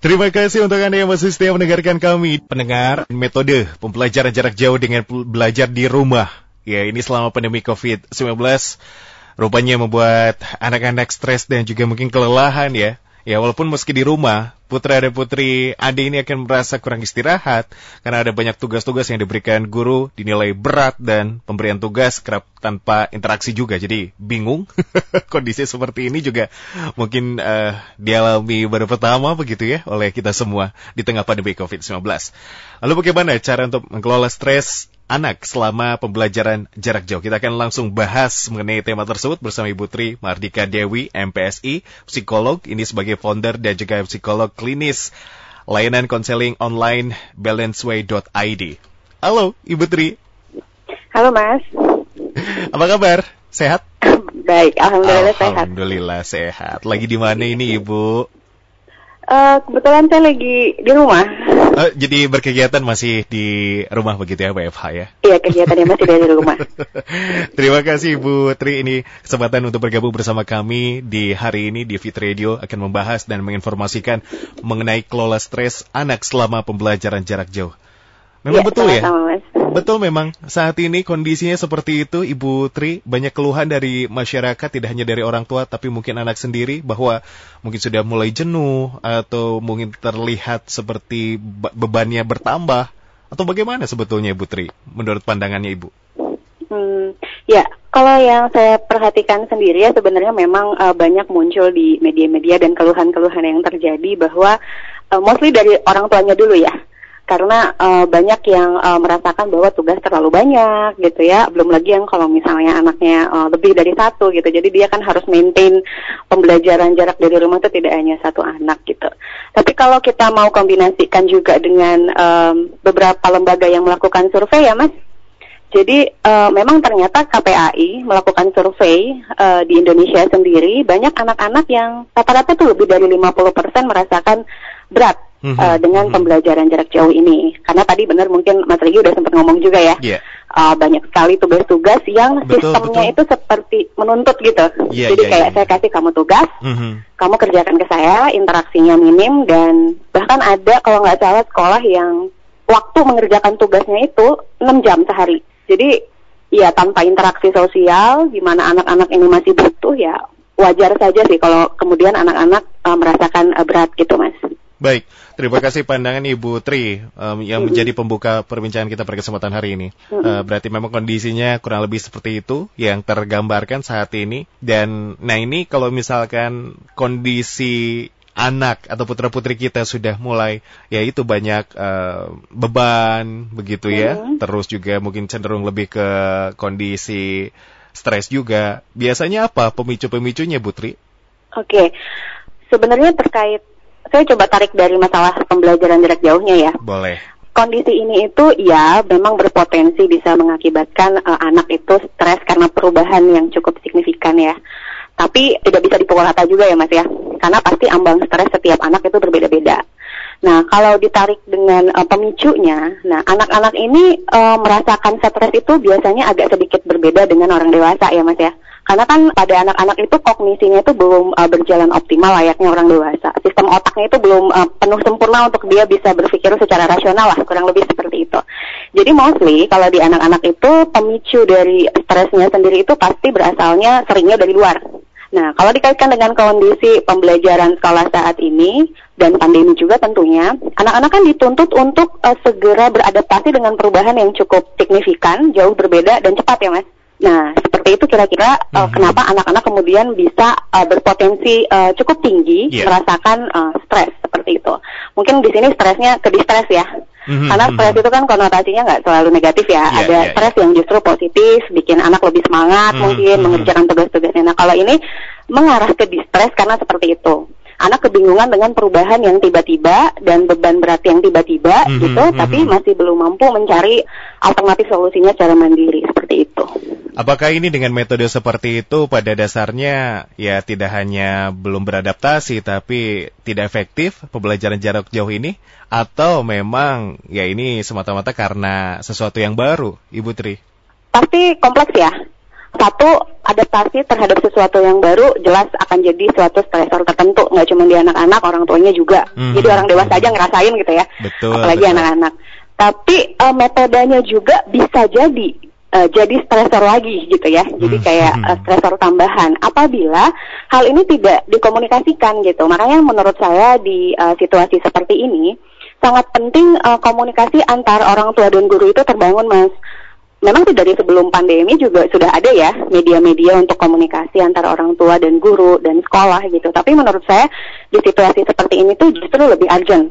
Terima kasih untuk Anda yang masih setia mendengarkan kami. Pendengar, metode pembelajaran jarak jauh dengan belajar di rumah. Ya, ini selama pandemi COVID-19 rupanya membuat anak-anak stres dan juga mungkin kelelahan ya. Ya, walaupun meski di rumah, putra dan putri Anda ini akan merasa kurang istirahat karena ada banyak tugas-tugas yang diberikan guru dinilai berat dan pemberian tugas kerap tanpa interaksi juga. Jadi bingung. Kondisi seperti ini juga mungkin dialami baru pertama begitu ya oleh kita semua di tengah pandemi COVID-19. Lalu bagaimana cara untuk mengelola stres anak selama pembelajaran jarak jauh? Kita akan langsung bahas mengenai tema tersebut bersama Ibu Tri Mardika Dewi, MPSI, psikolog, ini sebagai founder dan juga psikolog klinis layanan konseling online balanceway.id. Halo Ibu Tri. Halo Mas. Apa kabar? Sehat? Baik, alhamdulillah sehat. Alhamdulillah sehat. Lagi di mana ini Ibu? Kebetulan saya lagi di rumah. Jadi berkegiatan masih di rumah begitu ya, WFH ya? Iya, kegiatannya masih dari rumah. Terima kasih Ibu Tri, ini kesempatan untuk bergabung bersama kami di hari ini di Fit Radio akan membahas dan menginformasikan mengenai kelola stres anak selama pembelajaran jarak jauh. Memang ya, betul ya? Mas. Betul memang saat ini kondisinya seperti itu Ibu Tri, banyak keluhan dari masyarakat, tidak hanya dari orang tua tapi mungkin anak sendiri bahwa mungkin sudah mulai jenuh atau mungkin terlihat seperti bebannya bertambah atau bagaimana sebetulnya Ibu Tri menurut pandangannya Ibu? Ya, kalau yang saya perhatikan sendiri ya sebenarnya memang banyak muncul di media-media dan keluhan-keluhan yang terjadi bahwa mostly dari orang tuanya dulu ya. Karena banyak yang merasakan bahwa tugas terlalu banyak gitu ya, belum lagi yang kalau misalnya anaknya lebih dari satu gitu, jadi dia kan harus maintain pembelajaran jarak dari rumah itu tidak hanya satu anak gitu. Tapi kalau kita mau kombinasikan juga dengan beberapa lembaga yang melakukan survei ya Mas, jadi memang ternyata KPAI melakukan survei di Indonesia sendiri, banyak anak-anak yang rata-rata tuh lebih dari 50% merasakan berat dengan pembelajaran jarak jauh ini. Karena tadi benar mungkin Mas Regi udah sempat ngomong juga ya, banyak sekali tugas-tugas yang sistemnya itu seperti menuntut gitu. Jadi kayak saya kasih kamu tugas, kamu kerjakan ke saya, interaksinya minim, dan bahkan ada kalau nggak salah sekolah yang waktu mengerjakan tugasnya itu 6 jam sehari. Jadi ya tanpa interaksi sosial, di mana anak-anak ini masih butuh, ya wajar saja sih kalau kemudian anak-anak merasakan berat gitu Mas. Baik, terima kasih pandangan Ibu Tri yang menjadi pembuka perbincangan kita pada kesempatan hari ini. Berarti memang kondisinya kurang lebih seperti itu yang tergambarkan saat ini. Dan nah ini kalau misalkan kondisi anak atau putra-putri kita sudah mulai yaitu banyak beban begitu ya, terus juga mungkin cenderung lebih ke kondisi stres juga. Biasanya apa pemicu-pemicunya Bu Tri? Oke, sebenarnya terkait, saya coba tarik dari masalah pembelajaran jarak jauhnya ya. Boleh. Kondisi ini itu ya memang berpotensi bisa mengakibatkan anak itu stres karena perubahan yang cukup signifikan ya. Tapi tidak bisa dipukul rata juga ya Mas ya, karena pasti ambang stres setiap anak itu berbeda-beda. Nah kalau ditarik dengan pemicunya, nah anak-anak ini merasakan stres itu biasanya agak sedikit berbeda dengan orang dewasa ya Mas ya. Karena kan pada anak-anak itu kognisinya itu belum berjalan optimal layaknya orang dewasa. Sistem otaknya itu belum penuh sempurna untuk dia bisa berpikir secara rasional lah, kurang lebih seperti itu. Jadi mostly kalau di anak-anak itu pemicu dari stresnya sendiri itu pasti berasalnya seringnya dari luar. Nah kalau dikaitkan dengan kondisi pembelajaran sekolah saat ini dan pandemi juga tentunya, anak-anak kan dituntut untuk segera beradaptasi dengan perubahan yang cukup signifikan, jauh berbeda dan cepat ya Mas. Nah, seperti itu kira-kira kenapa anak-anak kemudian bisa berpotensi cukup tinggi merasakan stres seperti itu. Mungkin di sini stresnya ke distres ya. Karena stres itu kan konotasinya nggak selalu negatif ya. Ada stres yang justru positif, bikin anak lebih semangat mungkin mengerjakan tugas-tugasnya. Nah, kalau ini mengarah ke distres karena seperti itu. Anak kebingungan dengan perubahan yang tiba-tiba dan beban berat yang tiba-tiba gitu, tapi masih belum mampu mencari alternatif solusinya secara mandiri, seperti itu. Apakah ini dengan metode seperti itu pada dasarnya ya tidak hanya belum beradaptasi tapi tidak efektif pembelajaran jarak jauh ini, atau memang ya ini semata-mata karena sesuatu yang baru, Ibu Tri? Pasti kompleks ya. Satu, adaptasi terhadap sesuatu yang baru jelas akan jadi suatu stresor tertentu, nggak cuma di anak-anak, orang tuanya juga. Jadi orang dewasa aja ngerasain gitu ya, Betul, apalagi betul. anak-anak. Tapi metodenya juga bisa jadi stresor lagi gitu ya. Jadi kayak stresor tambahan apabila hal ini tidak dikomunikasikan gitu. Makanya menurut saya di situasi seperti ini sangat penting komunikasi antar orang tua dan guru itu terbangun, Mas. Memang dari sebelum pandemi juga sudah ada ya media-media untuk komunikasi antara orang tua dan guru dan sekolah gitu. Tapi menurut saya di situasi seperti ini tuh justru lebih urgent.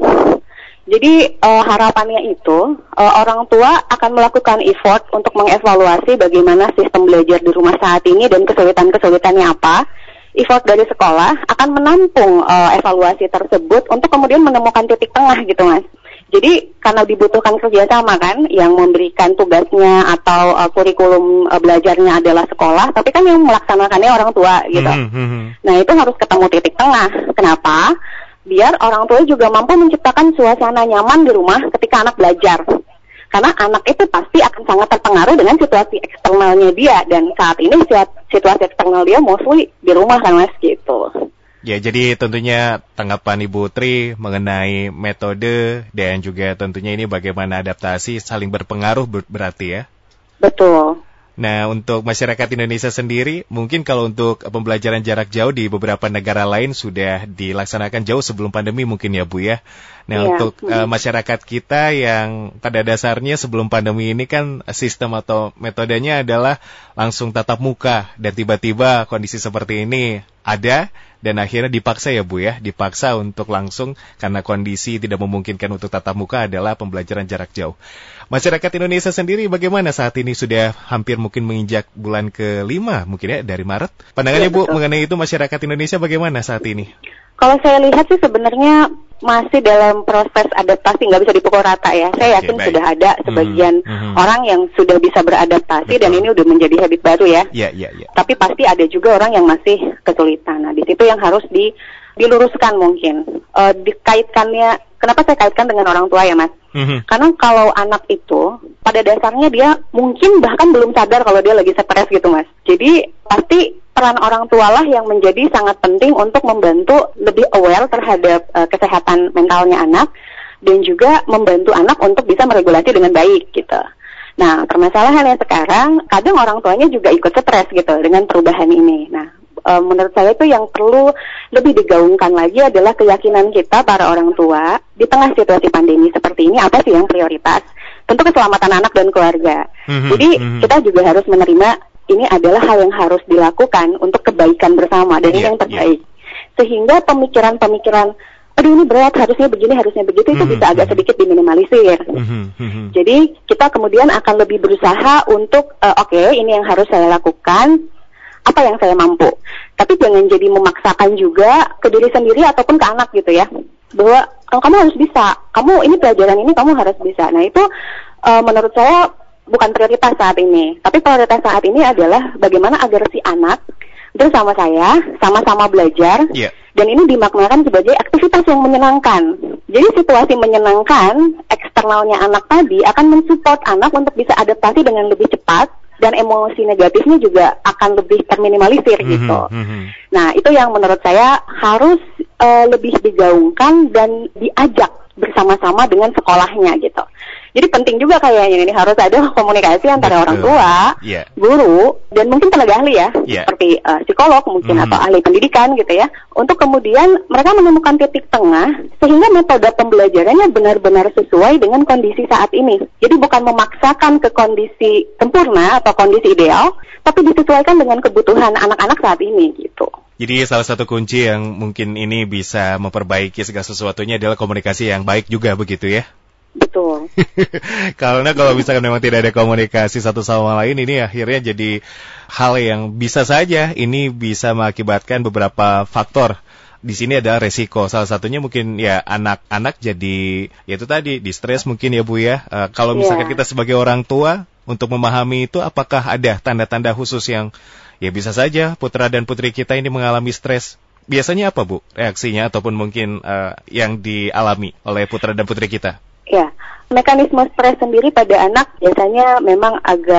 Jadi harapannya itu orang tua akan melakukan effort untuk mengevaluasi bagaimana sistem belajar di rumah saat ini dan kesulitan-kesulitannya apa. Effort dari sekolah akan menampung evaluasi tersebut untuk kemudian menemukan titik tengah gitu, Mas. Jadi karena dibutuhkan kerjasama kan, yang memberikan tugasnya atau kurikulum belajarnya adalah sekolah, tapi kan yang melaksanakannya orang tua gitu. Nah itu harus ketemu titik tengah. Kenapa? Biar orang tua juga mampu menciptakan suasana nyaman di rumah ketika anak belajar. Karena anak itu pasti akan sangat terpengaruh dengan situasi eksternalnya dia, dan saat ini situasi eksternal dia mostly di rumah kan, Mas, gitu. Ya, jadi tentunya tanggapan Ibu Tri mengenai metode dan juga tentunya ini bagaimana adaptasi saling berpengaruh berarti ya? Betul. Nah, untuk masyarakat Indonesia sendiri, mungkin kalau untuk pembelajaran jarak jauh di beberapa negara lain sudah dilaksanakan jauh sebelum pandemi mungkin ya Bu ya. Nah, untuk masyarakat kita yang pada dasarnya sebelum pandemi ini kan sistem atau metodenya adalah langsung tatap muka, dan tiba-tiba kondisi seperti ini ada dan akhirnya dipaksa ya Bu ya, dipaksa untuk langsung karena kondisi tidak memungkinkan untuk tatap muka adalah pembelajaran jarak jauh. Masyarakat Indonesia sendiri bagaimana saat ini, sudah hampir mungkin menginjak bulan ke-5 mungkin ya dari Maret. Pandangannya Bu mengenai itu, masyarakat Indonesia bagaimana saat ini? Kalau saya lihat sih sebenarnya masih dalam proses adaptasi, nggak bisa dipukul rata ya. Saya yakin sudah ada sebagian orang yang sudah bisa beradaptasi. Betul. Dan ini udah menjadi habit baru ya. Tapi pasti ada juga orang yang masih kesulitan. Nah di situ yang harus diluruskan mungkin. Dikaitkannya, kenapa saya kaitkan dengan orang tua ya Mas? Karena kalau anak itu pada dasarnya dia mungkin bahkan belum sadar kalau dia lagi stres gitu Mas. Jadi pasti peran orang tua lah yang menjadi sangat penting untuk membantu lebih aware terhadap kesehatan mentalnya anak, dan juga membantu anak untuk bisa meregulasi dengan baik gitu. Nah permasalahannya sekarang kadang orang tuanya juga ikut stres gitu dengan perubahan ini. Nah menurut saya itu yang perlu lebih digaungkan lagi adalah keyakinan kita para orang tua di tengah situasi pandemi seperti ini, apa sih yang prioritas? Tentu keselamatan anak dan keluarga. Jadi kita juga harus menerima ini adalah hal yang harus dilakukan untuk kebaikan bersama, dan ini yang terbaik. Sehingga pemikiran-pemikiran, aduh ini berat, harusnya begini, harusnya begitu, itu bisa agak sedikit diminimalisir. Jadi kita kemudian akan lebih berusaha untuk oke, ini yang harus saya lakukan, apa yang saya mampu. Tapi jangan jadi memaksakan juga ke diri sendiri ataupun ke anak gitu ya, bahwa kamu harus bisa, kamu ini pelajaran ini kamu harus bisa. Nah itu menurut saya bukan prioritas saat ini. Tapi prioritas saat ini adalah bagaimana agar si anak bersama saya sama-sama belajar, dan ini dimaknakan sebagai aktivitas yang menyenangkan. Jadi situasi menyenangkan eksternalnya anak tadi akan mensupport anak untuk bisa adaptasi dengan lebih cepat, dan emosi negatifnya juga akan lebih terminimalisir gitu. Nah itu yang menurut saya harus lebih digaungkan dan diajak bersama-sama dengan sekolahnya gitu. Jadi penting juga kayaknya ini harus ada komunikasi antara orang tua, guru, dan mungkin tenaga ahli ya, seperti psikolog mungkin atau ahli pendidikan gitu ya, untuk kemudian mereka menemukan titik tengah sehingga metode pembelajarannya benar-benar sesuai dengan kondisi saat ini. Jadi bukan memaksakan ke kondisi sempurna atau kondisi ideal, tapi disesuaikan dengan kebutuhan anak-anak saat ini gitu. Jadi salah satu kunci yang mungkin ini bisa memperbaiki segala sesuatunya adalah komunikasi yang baik juga begitu ya? Betul. Karena kalau misalkan memang tidak ada komunikasi satu sama lain, ini akhirnya jadi hal yang bisa saja ini bisa mengakibatkan beberapa faktor. Di sini ada resiko. Salah satunya mungkin ya anak-anak jadi ya itu tadi di stres mungkin ya Bu ya. Kalau misalkan kita sebagai orang tua untuk memahami itu, apakah ada tanda-tanda khusus yang ya bisa saja putra dan putri kita ini mengalami stres? Biasanya apa Bu reaksinya ataupun mungkin yang dialami oleh putra dan putri kita? Ya, mekanisme stres sendiri pada anak biasanya memang agak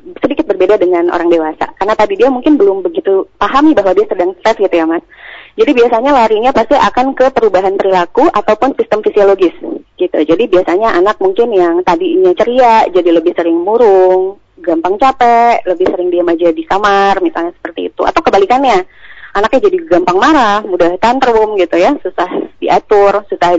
sedikit berbeda dengan orang dewasa. Karena tadi dia mungkin belum begitu pahami bahwa dia sedang stres gitu ya Mas. Jadi biasanya larinya pasti akan ke perubahan perilaku ataupun sistem fisiologis gitu. Jadi biasanya anak mungkin yang tadinya ceria jadi lebih sering murung, gampang capek, lebih sering diam aja di kamar misalnya seperti itu. Atau kebalikannya, anaknya jadi gampang marah, mudah tantrum gitu ya, susah diatur, susah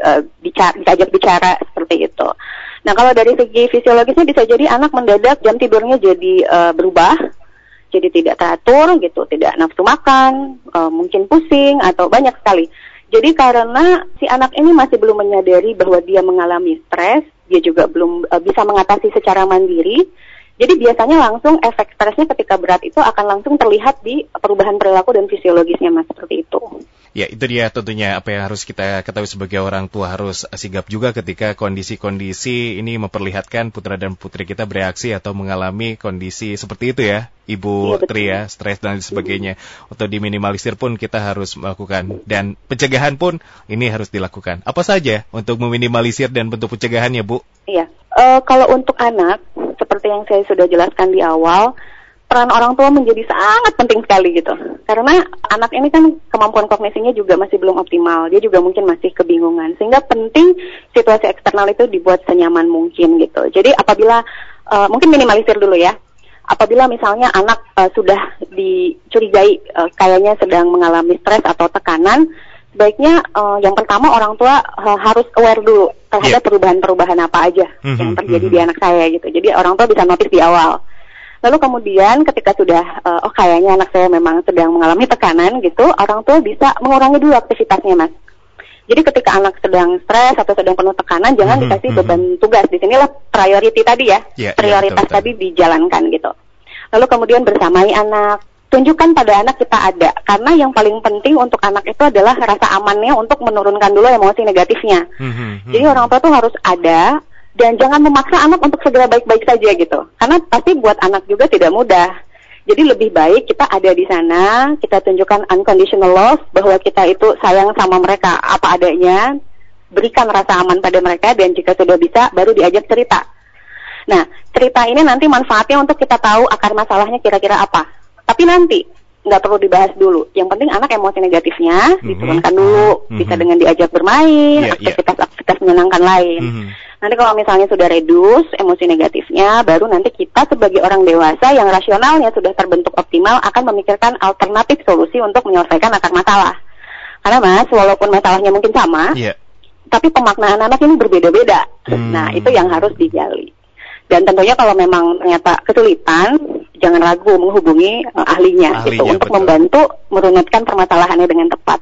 diajak bicara seperti itu. Nah kalau dari segi fisiologisnya bisa jadi anak mendadak jam tidurnya jadi berubah, jadi tidak teratur gitu, tidak nafsu makan, mungkin pusing atau banyak sekali. Jadi karena si anak ini masih belum menyadari bahwa dia mengalami stres, dia juga belum bisa mengatasi secara mandiri. Jadi biasanya langsung efek stresnya ketika berat itu akan langsung terlihat di perubahan perilaku dan fisiologisnya Mas, seperti itu. Ya, itu dia tentunya apa yang harus kita ketahui sebagai orang tua, harus sigap juga ketika kondisi-kondisi ini memperlihatkan putra dan putri kita bereaksi atau mengalami kondisi seperti itu ya, Ibu Tri ya, stres dan sebagainya. Untuk diminimalisir pun kita harus melakukan, dan pencegahan pun ini harus dilakukan. Apa saja untuk meminimalisir dan bentuk pencegahannya, Bu? Iya, kalau untuk anak, seperti yang saya sudah jelaskan di awal, peran orang tua menjadi sangat penting sekali gitu. Karena anak ini kan kemampuan kognisinya juga masih belum optimal. Dia juga mungkin masih kebingungan. Sehingga penting situasi eksternal itu dibuat senyaman mungkin gitu. Jadi apabila, mungkin minimalisir dulu ya. Apabila misalnya anak sudah dicurigai kayaknya sedang mengalami stres atau tekanan, sebaiknya yang pertama orang tua harus aware dulu terhadap perubahan-perubahan apa aja yang terjadi di anak saya gitu. Jadi orang tua bisa notice di awal. Lalu kemudian ketika sudah, kayaknya anak saya memang sedang mengalami tekanan gitu, orang tua bisa mengurangi dulu aktivitasnya Mas. Jadi ketika anak sedang stres atau sedang penuh tekanan, jangan dikasih beban tugas. Di sinilah priority tadi ya, prioritas tadi dijalankan gitu. Lalu kemudian bersamai anak, tunjukkan pada anak kita ada. Karena yang paling penting untuk anak itu adalah rasa amannya untuk menurunkan dulu emosi negatifnya. Jadi orang tua tuh harus ada, dan jangan memaksa anak untuk segera baik-baik saja gitu. Karena pasti buat anak juga tidak mudah. Jadi lebih baik kita ada di sana, kita tunjukkan unconditional love, bahwa kita itu sayang sama mereka apa adanya, berikan rasa aman pada mereka, dan jika sudah bisa, baru diajak cerita. Nah, cerita ini nanti manfaatnya untuk kita tahu akar masalahnya kira-kira apa. Tapi nanti, nggak perlu dibahas dulu. Yang penting anak emosi negatifnya diturunkan dulu, bisa dengan diajak bermain, aktivitas-aktivitas menyenangkan lain. Nanti kalau misalnya sudah reduce emosi negatifnya, baru nanti kita sebagai orang dewasa yang rasionalnya sudah terbentuk optimal akan memikirkan alternatif solusi untuk menyelesaikan akar masalah. Karena Mas, walaupun masalahnya mungkin sama, tapi pemaknaan anak ini berbeda-beda. Nah, itu yang harus digali. Dan tentunya kalau memang ternyata kesulitan, jangan ragu menghubungi ahlinya gitu, untuk membantu merunutkan permasalahannya dengan tepat.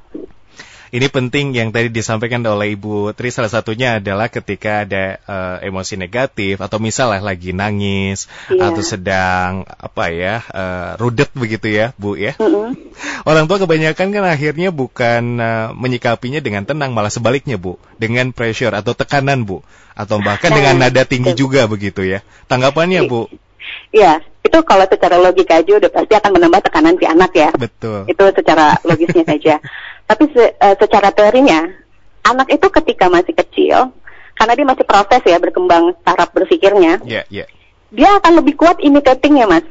Ini penting yang tadi disampaikan oleh Ibu Tri, salah satunya adalah ketika ada emosi negatif atau misalnya lagi nangis atau sedang rudet begitu ya Bu ya. Orang tua kebanyakan kan akhirnya bukan menyikapinya dengan tenang, malah sebaliknya Bu, dengan pressure atau tekanan Bu, atau bahkan dengan nada tinggi juga begitu ya. Tanggapannya Bu? Iya, itu kalau secara logika aja udah pasti akan menambah tekanan si anak ya. Betul. Itu secara logisnya saja. Tapi secara teorinya, anak itu ketika masih kecil, karena dia masih proses ya berkembang taraf berpikirnya, dia akan lebih kuat imitatingnya Mas.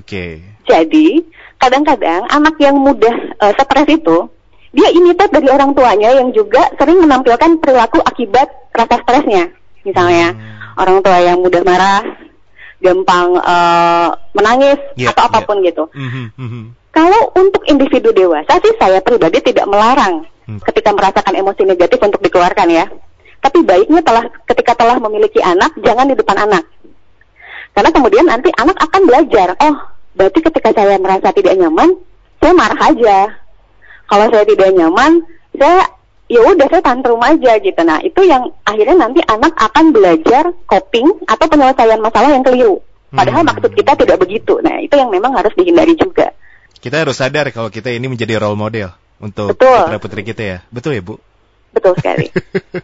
Jadi, kadang-kadang anak yang mudah stres itu, dia imitate dari orang tuanya yang juga sering menampilkan perilaku akibat rasa stresnya. Misalnya, orang tua yang mudah marah, gampang menangis, atau apapun gitu. Kalau untuk individu dewasa sih saya pribadi tidak melarang ketika merasakan emosi negatif untuk dikeluarkan ya. Tapi baiknya ketika telah memiliki anak, jangan di depan anak. Karena kemudian nanti anak akan belajar, berarti ketika saya merasa tidak nyaman, saya marah aja. Kalau saya tidak nyaman, saya tantrum aja gitu. Nah, itu yang akhirnya nanti anak akan belajar coping atau penyelesaian masalah yang keliru. Padahal maksud kita tidak begitu. Nah, itu yang memang harus dihindari juga. Kita harus sadar kalau kita ini menjadi role model untuk putra-putri kita ya. Betul ya, Bu? Betul sekali.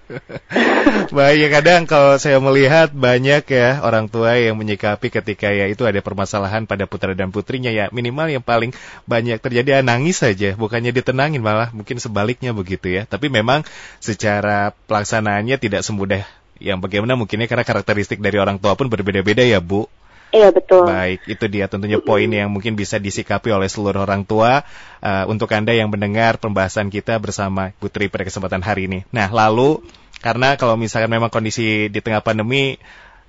Baik, kadang kalau saya melihat banyak ya orang tua yang menyikapi ketika ya itu ada permasalahan pada putra dan putrinya ya, minimal yang paling banyak terjadi nangis saja, bukannya ditenangin, malah mungkin sebaliknya begitu ya. Tapi memang secara pelaksanaannya tidak semudah yang bagaimana mungkinnya, karena karakteristik dari orang tua pun berbeda-beda ya Bu. Iya, betul. Baik, itu dia tentunya poin yang mungkin bisa disikapi oleh seluruh orang tua untuk Anda yang mendengar pembahasan kita bersama Putri pada kesempatan hari ini. Nah, lalu karena kalau misalkan memang kondisi di tengah pandemi,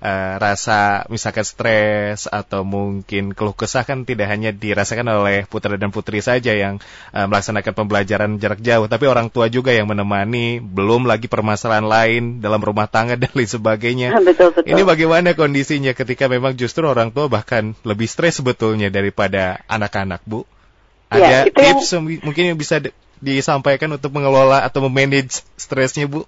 rasa misalkan stres atau mungkin keluh kesah kan tidak hanya dirasakan oleh putra dan putri saja yang melaksanakan pembelajaran jarak jauh, tapi orang tua juga yang menemani, belum lagi permasalahan lain dalam rumah tangga dan lain sebagainya. Betul. Ini bagaimana kondisinya ketika memang justru orang tua bahkan lebih stres sebetulnya daripada anak-anak, Bu? Ada tips mungkin yang bisa disampaikan untuk mengelola atau memanage stresnya, Bu?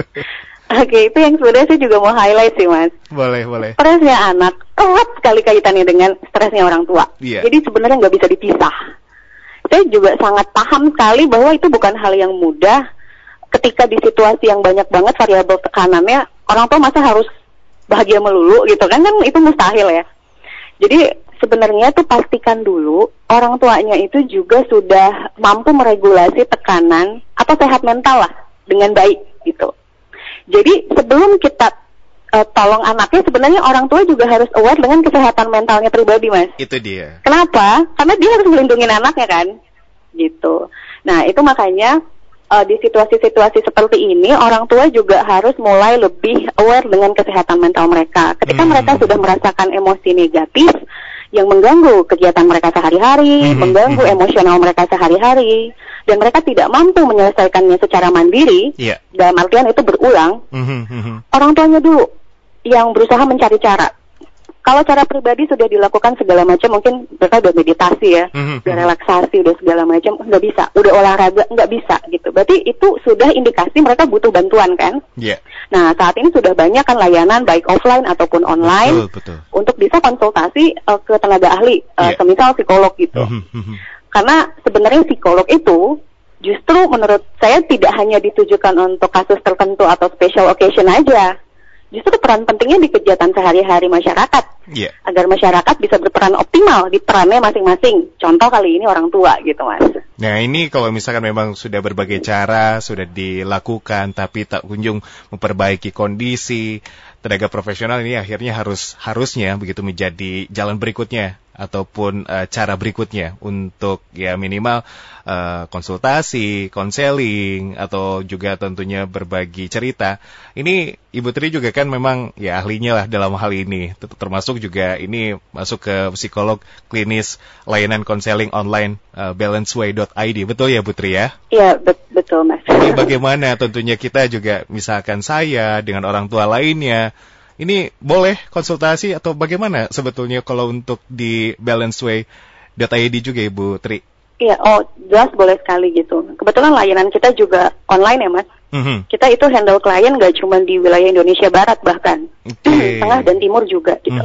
Oke, itu yang sebenarnya saya juga mau highlight sih, Mas. Boleh. Stresnya anak erat sekali kaitannya dengan stresnya orang tua. Yeah. Jadi sebenarnya nggak bisa dipisah. Saya juga sangat paham sekali bahwa itu bukan hal yang mudah ketika di situasi yang banyak banget variabel tekanannya, orang tua masa harus bahagia melulu gitu kan itu mustahil ya. Jadi sebenarnya tuh pastikan dulu orang tuanya itu juga sudah mampu meregulasi tekanan atau sehat mental lah dengan baik gitu. Jadi sebelum kita tolong anaknya, sebenarnya orang tua juga harus aware dengan kesehatan mentalnya pribadi, Mas. Itu dia. Kenapa? Karena dia harus melindungi anaknya kan, gitu. Nah, itu makanya di situasi-situasi seperti ini, orang tua juga harus mulai lebih aware dengan kesehatan mental mereka. Ketika mereka sudah merasakan emosi negatif yang mengganggu kegiatan mereka sehari-hari, mengganggu emosional mereka sehari-hari, dan mereka tidak mampu menyelesaikannya secara mandiri, dalam artian itu berulang, orang tuanya dulu yang berusaha mencari cara. Kalau cara pribadi sudah dilakukan segala macam, mungkin mereka udah meditasi ya, udah relaksasi, udah segala macam, nggak bisa, udah olahraga, nggak bisa gitu. Berarti itu sudah indikasi mereka butuh bantuan kan? Nah, saat ini sudah banyak kan layanan baik offline ataupun online untuk bisa konsultasi ke tenaga ahli, semisal psikolog gitu. Karena sebenarnya psikolog itu justru menurut saya tidak hanya ditujukan untuk kasus tertentu atau special occasion aja. Justru peran pentingnya di kegiatan sehari-hari masyarakat. Agar masyarakat bisa berperan optimal di perannya masing-masing. Contoh kali ini orang tua gitu, Mas. Nah, ini kalau misalkan memang sudah berbagai cara sudah dilakukan tapi tak kunjung memperbaiki kondisi, tenaga profesional ini akhirnya harusnya begitu menjadi jalan berikutnya ataupun cara berikutnya untuk ya minimal konsultasi, konseling atau juga tentunya berbagi cerita. Ini Ibu Tri juga kan memang ya ahlinya lah dalam hal ini, termasuk juga ini masuk ke psikolog klinis layanan konseling online balanceway.id. Betul ya Bu Tri ya? Iya, betul Mas. Ini bagaimana tentunya kita juga misalkan saya dengan orang tua lainnya ini boleh konsultasi atau bagaimana sebetulnya kalau untuk di balanceway.id juga Ibu Tri? Iya, jelas boleh sekali gitu. Kebetulan layanan kita juga online ya Mas. Kita itu handle klien gak cuma di wilayah Indonesia Barat bahkan, Tengah dan Timur juga gitu.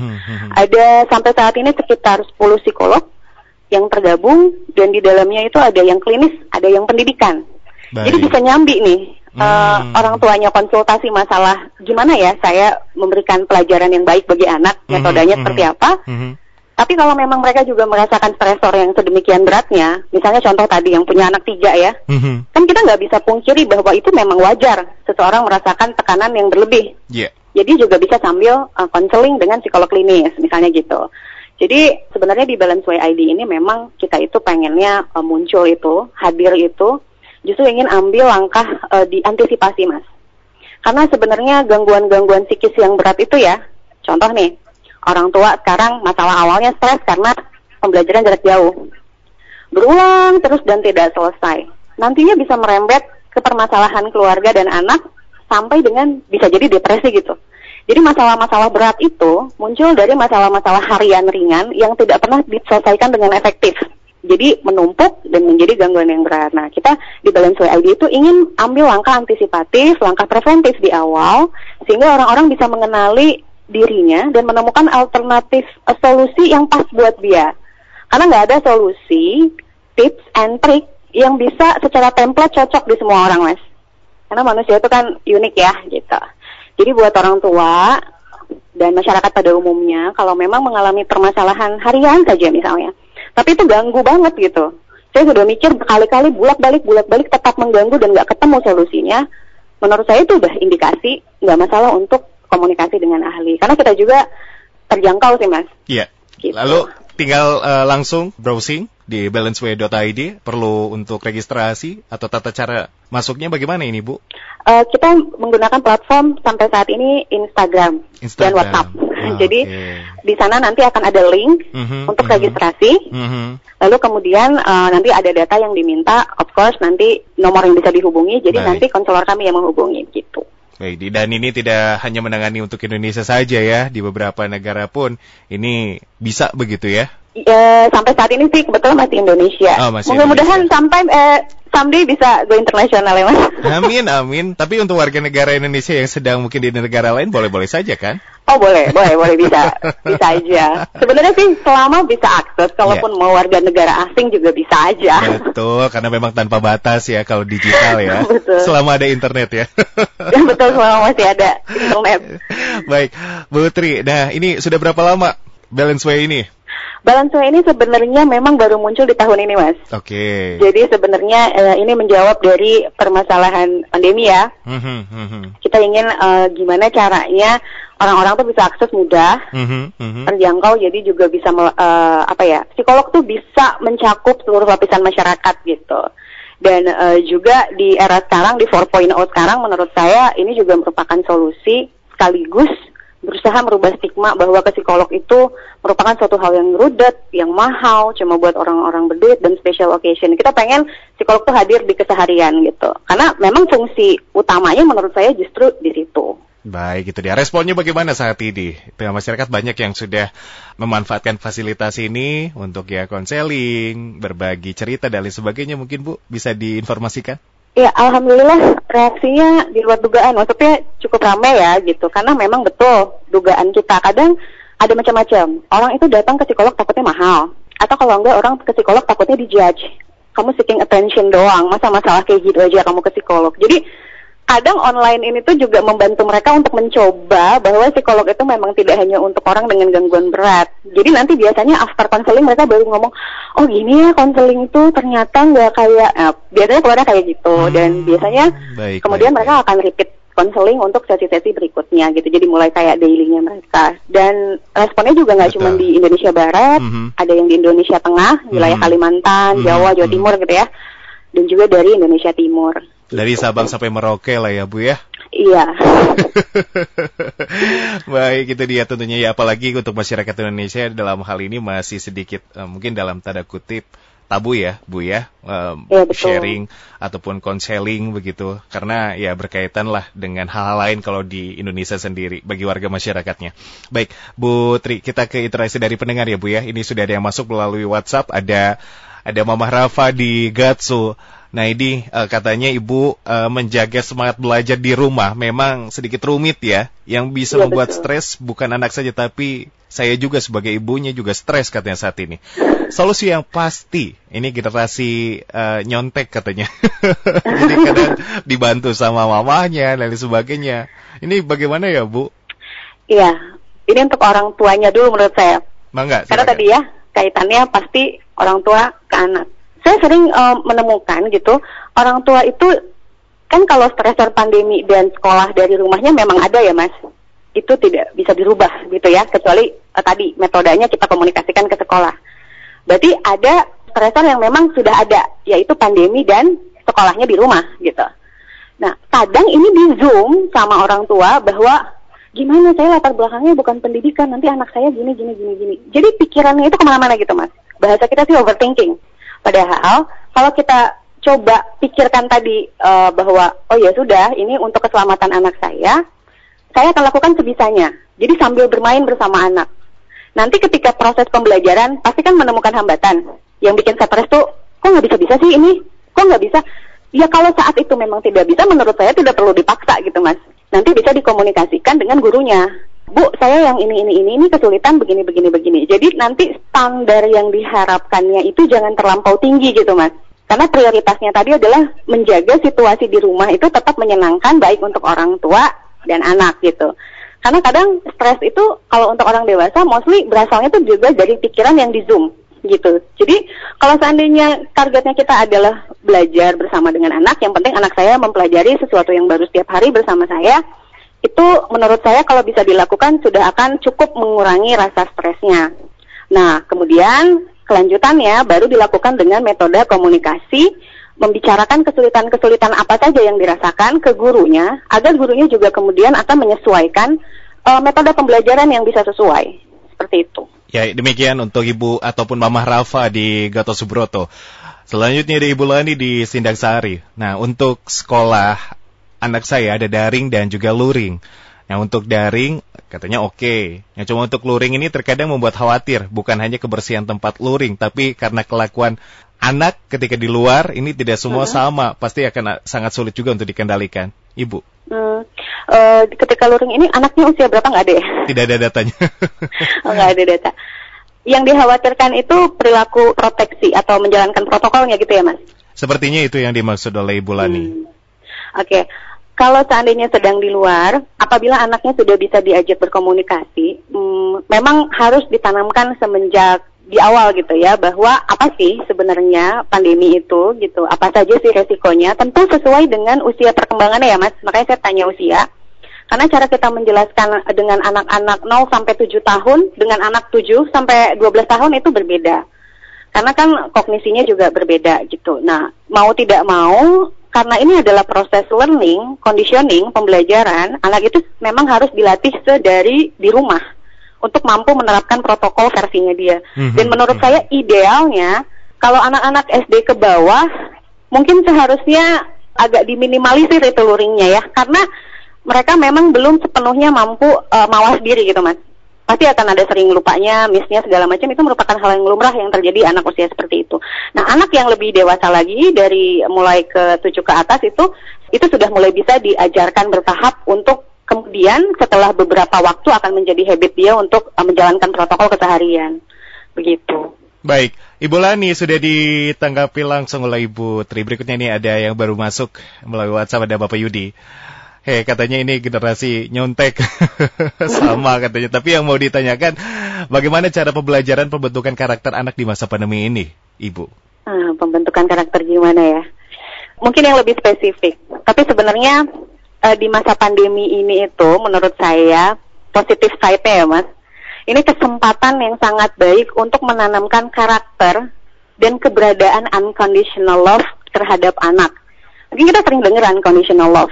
Ada sampai saat ini sekitar 10 psikolog yang tergabung dan di dalamnya itu ada yang klinis, ada yang pendidikan. Jadi bisa nyambi nih. Orang tuanya konsultasi masalah gimana ya saya memberikan pelajaran yang baik bagi anak, metodenya seperti apa. Tapi kalau memang mereka juga merasakan stresor yang sedemikian beratnya, misalnya contoh tadi yang punya anak 3 ya, kan kita nggak bisa pungkiri bahwa itu memang wajar seseorang merasakan tekanan yang berlebih. Jadi juga bisa sambil konseling dengan psikolog klinis, misalnya gitu. Jadi sebenarnya di Balanceway ID ini memang kita itu pengennya muncul itu, hadir itu, justru ingin ambil langkah diantisipasi Mas. Karena sebenarnya gangguan-gangguan psikis yang berat itu ya, contoh nih, orang tua sekarang masalah awalnya stres karena pembelajaran jarak jauh. Berulang terus dan tidak selesai. Nantinya bisa merembet ke permasalahan keluarga dan anak sampai dengan bisa jadi depresi gitu. Jadi masalah-masalah berat itu muncul dari masalah-masalah harian ringan yang tidak pernah diselesaikan dengan efektif. Jadi menumpuk dan menjadi gangguan yang berat. Nah, kita di Balanceway ID itu ingin ambil langkah antisipatif, langkah preventif di awal, sehingga orang-orang bisa mengenali dirinya dan menemukan alternatif solusi yang pas buat dia. Karena nggak ada solusi, tips and trick yang bisa secara template cocok di semua orang, Mas. Karena manusia itu kan unik ya, gitu. Jadi buat orang tua dan masyarakat pada umumnya, kalau memang mengalami permasalahan harian saja misalnya, tapi itu ganggu banget gitu. Saya sudah mikir berkali-kali bolak-balik tetap mengganggu dan nggak ketemu solusinya. Menurut saya itu udah indikasi nggak masalah untuk komunikasi dengan ahli. Karena kita juga terjangkau sih Mas. Iya. Gitu. Lalu tinggal langsung browsing di balanceway.id. Perlu untuk registrasi atau tata cara masuknya bagaimana ini Bu? Kita menggunakan platform sampai saat ini Instagram. Dan WhatsApp. Jadi di sana nanti akan ada link untuk registrasi. Lalu kemudian nanti ada data yang diminta, of course nanti nomor yang bisa dihubungi. Jadi nanti konselor kami yang menghubungi gitu. Baik, dan ini tidak hanya menangani untuk Indonesia saja ya, di beberapa negara pun ini bisa begitu ya? Sampai saat ini sih kebetulan masih Indonesia. Mudah-mudahan sampai someday bisa go internasional ya Mas. Amin. Tapi untuk warga negara Indonesia yang sedang mungkin di negara lain boleh-boleh saja kan? Oh boleh bisa aja. Sebenarnya sih selama bisa akses, kalaupun mau warga negara asing juga bisa aja. Betul, karena memang tanpa batas ya kalau digital ya. Betul. Selama ada internet ya. Betul, selama masih ada internet. Baik, Bu Tri. Nah ini sudah berapa lama Balanceway ini? Balanceway ini sebenarnya memang baru muncul di tahun ini Mas. Oke. Jadi sebenarnya ini menjawab dari permasalahan pandemi ya. Kita ingin gimana caranya orang-orang tuh bisa akses mudah, terjangkau, jadi juga bisa psikolog tuh bisa mencakup seluruh lapisan masyarakat gitu. Dan juga di era sekarang, di 4.0 sekarang, menurut saya ini juga merupakan solusi sekaligus berusaha merubah stigma bahwa ke psikolog itu merupakan suatu hal yang rudet, yang mahal, cuma buat orang-orang berduit dan special occasion. Kita pengen psikolog tuh hadir di keseharian gitu. Karena memang fungsi utamanya menurut saya justru di situ. Baik, itu dia. Responnya bagaimana saat ini? Masyarakat banyak yang sudah memanfaatkan fasilitas ini untuk ya konseling, berbagi cerita dan lain sebagainya. Mungkin Bu bisa diinformasikan? Ya, alhamdulillah reaksinya di luar dugaan. Maksudnya cukup ramai ya gitu. Karena memang betul dugaan kita. Kadang ada macam-macam. Orang itu datang ke psikolog takutnya mahal. Atau kalau enggak orang ke psikolog takutnya dijudge. Kamu seeking attention doang. Masa masalah kayak gitu aja kamu ke psikolog. Jadi kadang online ini tuh juga membantu mereka untuk mencoba bahwa psikolog itu memang tidak hanya untuk orang dengan gangguan berat. Jadi nanti biasanya after counseling mereka baru ngomong, oh gini ya konseling itu ternyata nggak kayak, biasanya keluarnya kayak gitu. Dan biasanya kemudian mereka akan repeat konseling untuk sesi-sesi berikutnya gitu. Jadi mulai kayak daily-nya mereka. Dan responnya juga nggak cuma di Indonesia Barat, ada yang di Indonesia Tengah, wilayah Kalimantan, Jawa, Jawa Timur gitu ya. Dan juga dari Indonesia Timur. Dari Sabang sampai Merauke lah ya Bu ya? Iya. Baik, itu dia tentunya ya. Apalagi untuk masyarakat Indonesia dalam hal ini masih sedikit mungkin dalam tanda kutip tabu ya Bu ya, sharing ataupun konseling begitu. Karena ya berkaitan lah dengan hal-hal lain kalau di Indonesia sendiri bagi warga masyarakatnya. Baik Bu Tri, kita ke interaksi dari pendengar ya Bu ya. Ini sudah ada yang masuk melalui WhatsApp. Ada Mama Rafa di Gatsu. Nah ini katanya Ibu menjaga semangat belajar di rumah memang sedikit rumit ya. Yang bisa membuat stres bukan anak saja tapi saya juga sebagai ibunya juga stres katanya saat ini. Solusi yang pasti, ini generasi nyontek katanya. Jadi kadang dibantu sama mamahnya dan lain sebagainya. Ini bagaimana ya Bu? Iya, ini untuk orang tuanya dulu menurut saya. Mangga, karena tadi ya kaitannya pasti orang tua ke anak. Saya sering menemukan gitu, orang tua itu kan kalau stresor pandemi dan sekolah dari rumahnya memang ada ya Mas. Itu tidak bisa dirubah gitu ya, kecuali tadi metodenya kita komunikasikan ke sekolah. Berarti ada stresor yang memang sudah ada, yaitu pandemi dan sekolahnya di rumah gitu. Nah, kadang ini di Zoom sama orang tua bahwa gimana saya latar belakangnya bukan pendidikan, nanti anak saya gini. Jadi pikirannya itu kemana-mana gitu Mas. Bahasa kita sih overthinking. Padahal kalau kita coba pikirkan tadi bahwa oh ya sudah ini untuk keselamatan anak saya akan lakukan sebisanya. Jadi sambil bermain bersama anak. Nanti ketika proses pembelajaran pasti kan menemukan hambatan. Yang bikin stres tuh kok nggak bisa sih ini? Kok nggak bisa? Ya kalau saat itu memang tidak bisa menurut saya tidak perlu dipaksa gitu Mas. Nanti bisa dikomunikasikan dengan gurunya. Bu, saya yang ini kesulitan begini. Jadi nanti standar yang diharapkannya itu jangan terlampau tinggi gitu Mas. Karena prioritasnya tadi adalah menjaga situasi di rumah itu tetap menyenangkan baik untuk orang tua dan anak gitu. Karena kadang stres itu kalau untuk orang dewasa mostly berasalnya itu juga dari pikiran yang di Zoom gitu. Jadi kalau seandainya targetnya kita adalah belajar bersama dengan anak, yang penting anak saya mempelajari sesuatu yang baru setiap hari bersama saya. itu menurut saya kalau bisa dilakukan sudah akan cukup mengurangi rasa stresnya. Nah, kemudian kelanjutannya baru dilakukan dengan metode komunikasi, membicarakan kesulitan-kesulitan apa saja yang dirasakan ke gurunya, agar gurunya juga kemudian akan menyesuaikan metode pembelajaran yang bisa sesuai. Seperti itu. Ya, demikian untuk Ibu ataupun Mamah Rafa di Gatot Subroto. Selanjutnya ada Ibu Lani di Sindang Sari. Nah, untuk sekolah anak saya ada daring dan juga luring. Nah, untuk daring katanya oke. Nah, cuma untuk luring ini terkadang membuat khawatir. Bukan hanya kebersihan tempat luring, tapi karena kelakuan anak ketika di luar ini tidak semua sama. Pasti akan sangat sulit juga untuk dikendalikan. Ibu. Ketika luring ini anaknya usia berapa nggak ada ya? Tidak ada datanya. Nggak ada data. Yang dikhawatirkan itu perilaku proteksi atau menjalankan protokolnya gitu ya, Mas? Sepertinya itu yang dimaksud oleh Ibu Lani. Oke. Kalau seandainya sedang di luar, apabila anaknya sudah bisa diajak berkomunikasi, memang harus ditanamkan semenjak di awal gitu ya, bahwa apa sih sebenarnya pandemi itu gitu, apa saja sih resikonya, tentu sesuai dengan usia perkembangannya ya Mas, makanya saya tanya usia. Karena cara kita menjelaskan dengan anak-anak 0 sampai 7 tahun dengan anak 7 sampai 12 tahun itu berbeda. Karena kan kognisinya juga berbeda gitu. Nah, mau tidak mau, karena ini adalah proses learning, conditioning, pembelajaran, anak itu memang harus dilatih sedari di rumah untuk mampu menerapkan protokol versinya dia. Dan menurut saya idealnya, kalau anak-anak SD ke bawah, mungkin seharusnya agak diminimalisir itu luringnya ya, karena mereka memang belum sepenuhnya mampu mawas diri gitu Mas. Pasti akan ada sering lupanya, missnya segala macam, itu merupakan hal yang lumrah yang terjadi anak usia seperti itu. Nah, anak yang lebih dewasa lagi dari mulai ke 7 ke atas itu sudah mulai bisa diajarkan bertahap untuk kemudian setelah beberapa waktu akan menjadi habit dia untuk menjalankan protokol keseharian. Begitu. Baik, Ibu Lani sudah ditanggapi langsung oleh Ibu Tri. Berikutnya ini ada yang baru masuk melalui WhatsApp, ada Bapak Yudi. Katanya ini generasi nyontek. Sama katanya. Tapi yang mau ditanyakan, bagaimana cara pembelajaran pembentukan karakter anak di masa pandemi ini, Ibu? Pembentukan karakter gimana ya? Mungkin yang lebih spesifik. Tapi sebenarnya di masa pandemi ini itu, menurut saya, positif side-nya ya Mas, ini kesempatan yang sangat baik untuk menanamkan karakter dan keberadaan unconditional love terhadap anak. Mungkin kita sering dengar unconditional love.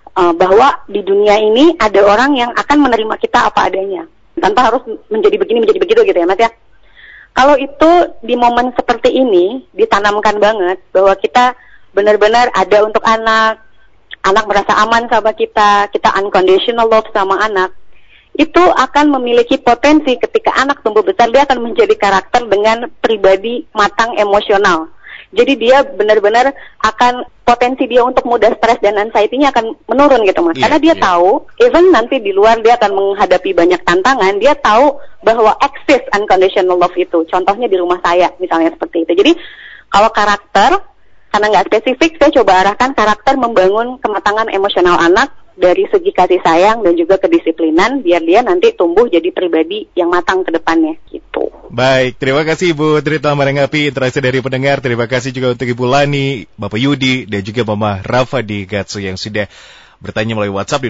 Bahwa di dunia ini ada orang yang akan menerima kita apa adanya, tanpa harus menjadi begini, menjadi begitu gitu ya Mas ya. Kalau itu di momen seperti ini ditanamkan banget bahwa kita benar-benar ada untuk anak merasa aman sama kita unconditional love sama anak, itu akan memiliki potensi ketika anak tumbuh besar, dia akan menjadi karakter dengan pribadi matang emosional. Jadi dia benar-benar akan potensi dia untuk mudah stres dan anxiety-nya akan menurun gitu Mas. Karena dia tahu, even nanti di luar dia akan menghadapi banyak tantangan, dia tahu bahwa exist unconditional love itu. Contohnya di rumah saya misalnya seperti itu. Jadi kalau karakter, karena nggak spesifik, saya coba arahkan karakter membangun kematangan emosional anak dari segi kasih sayang dan juga kedisiplinan, biar dia nanti tumbuh jadi pribadi yang matang ke depannya gitu. Baik, terima kasih Ibu Tri telah menanggapi interaksi dari pendengar. Terima kasih juga untuk Ibu Lani, Bapak Yudi, dan juga Mama Rafa di Gatsu yang sudah bertanya melalui WhatsApp di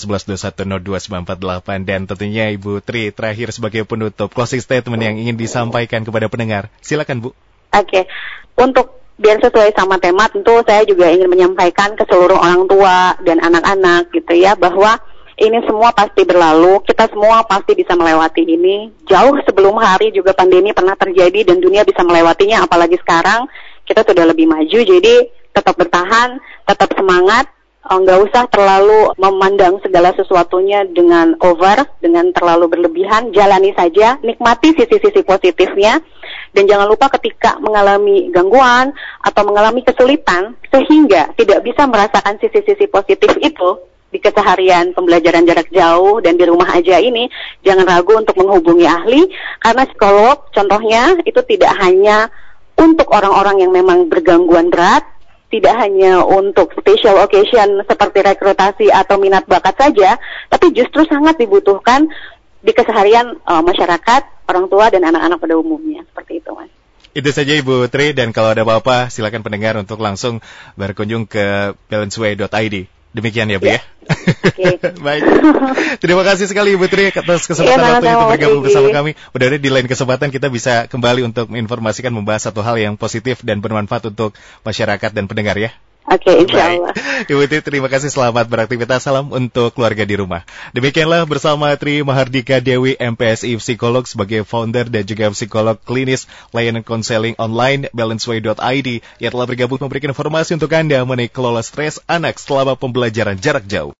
0811210298. Dan tentunya Ibu Tri terakhir sebagai penutup, closing statement yang ingin disampaikan kepada pendengar. Silakan Bu. Oke. Untuk biar sesuai sama tema, tentu saya juga ingin menyampaikan ke seluruh orang tua dan anak-anak gitu ya, bahwa ini semua pasti berlalu, kita semua pasti bisa melewati ini. Jauh sebelum hari juga pandemi pernah terjadi dan dunia bisa melewatinya, apalagi sekarang kita sudah lebih maju. Jadi tetap bertahan, tetap semangat, nggak usah terlalu memandang segala sesuatunya dengan over, dengan terlalu berlebihan. Jalani saja, nikmati sisi-sisi positifnya. Dan jangan lupa ketika mengalami gangguan atau mengalami kesulitan, sehingga tidak bisa merasakan sisi-sisi positif itu di keseharian pembelajaran jarak jauh dan di rumah aja ini, jangan ragu untuk menghubungi ahli, karena psikolog contohnya itu tidak hanya untuk orang-orang yang memang bergangguan berat, tidak hanya untuk special occasion seperti rekrutasi atau minat bakat saja, tapi justru sangat dibutuhkan di keseharian masyarakat, orang tua dan anak-anak pada umumnya. Seperti itu Mas. Itu saja Ibu Tri, dan kalau ada apa-apa silakan pendengar untuk langsung berkunjung ke balanceway.id. Demikian ya, Bu ya. Oke. Baik. Terima kasih sekali Ibu Tri atas kesempatan waktu untuk bergabung bersama kami. Mudah-mudahan di lain kesempatan kita bisa kembali untuk menginformasikan, membahas satu hal yang positif dan bermanfaat untuk masyarakat dan pendengar ya. Oke, insya Allah. Ibu Tri, terima kasih, selamat beraktivitas, salam untuk keluarga di rumah. Demikianlah bersama Tri Mahardika Dewi, MPSI Psikolog sebagai founder dan juga psikolog klinis layanan konseling online balanceway.id yang telah bergabung memberikan informasi untuk Anda mengenai kelola stres anak selama pembelajaran jarak jauh.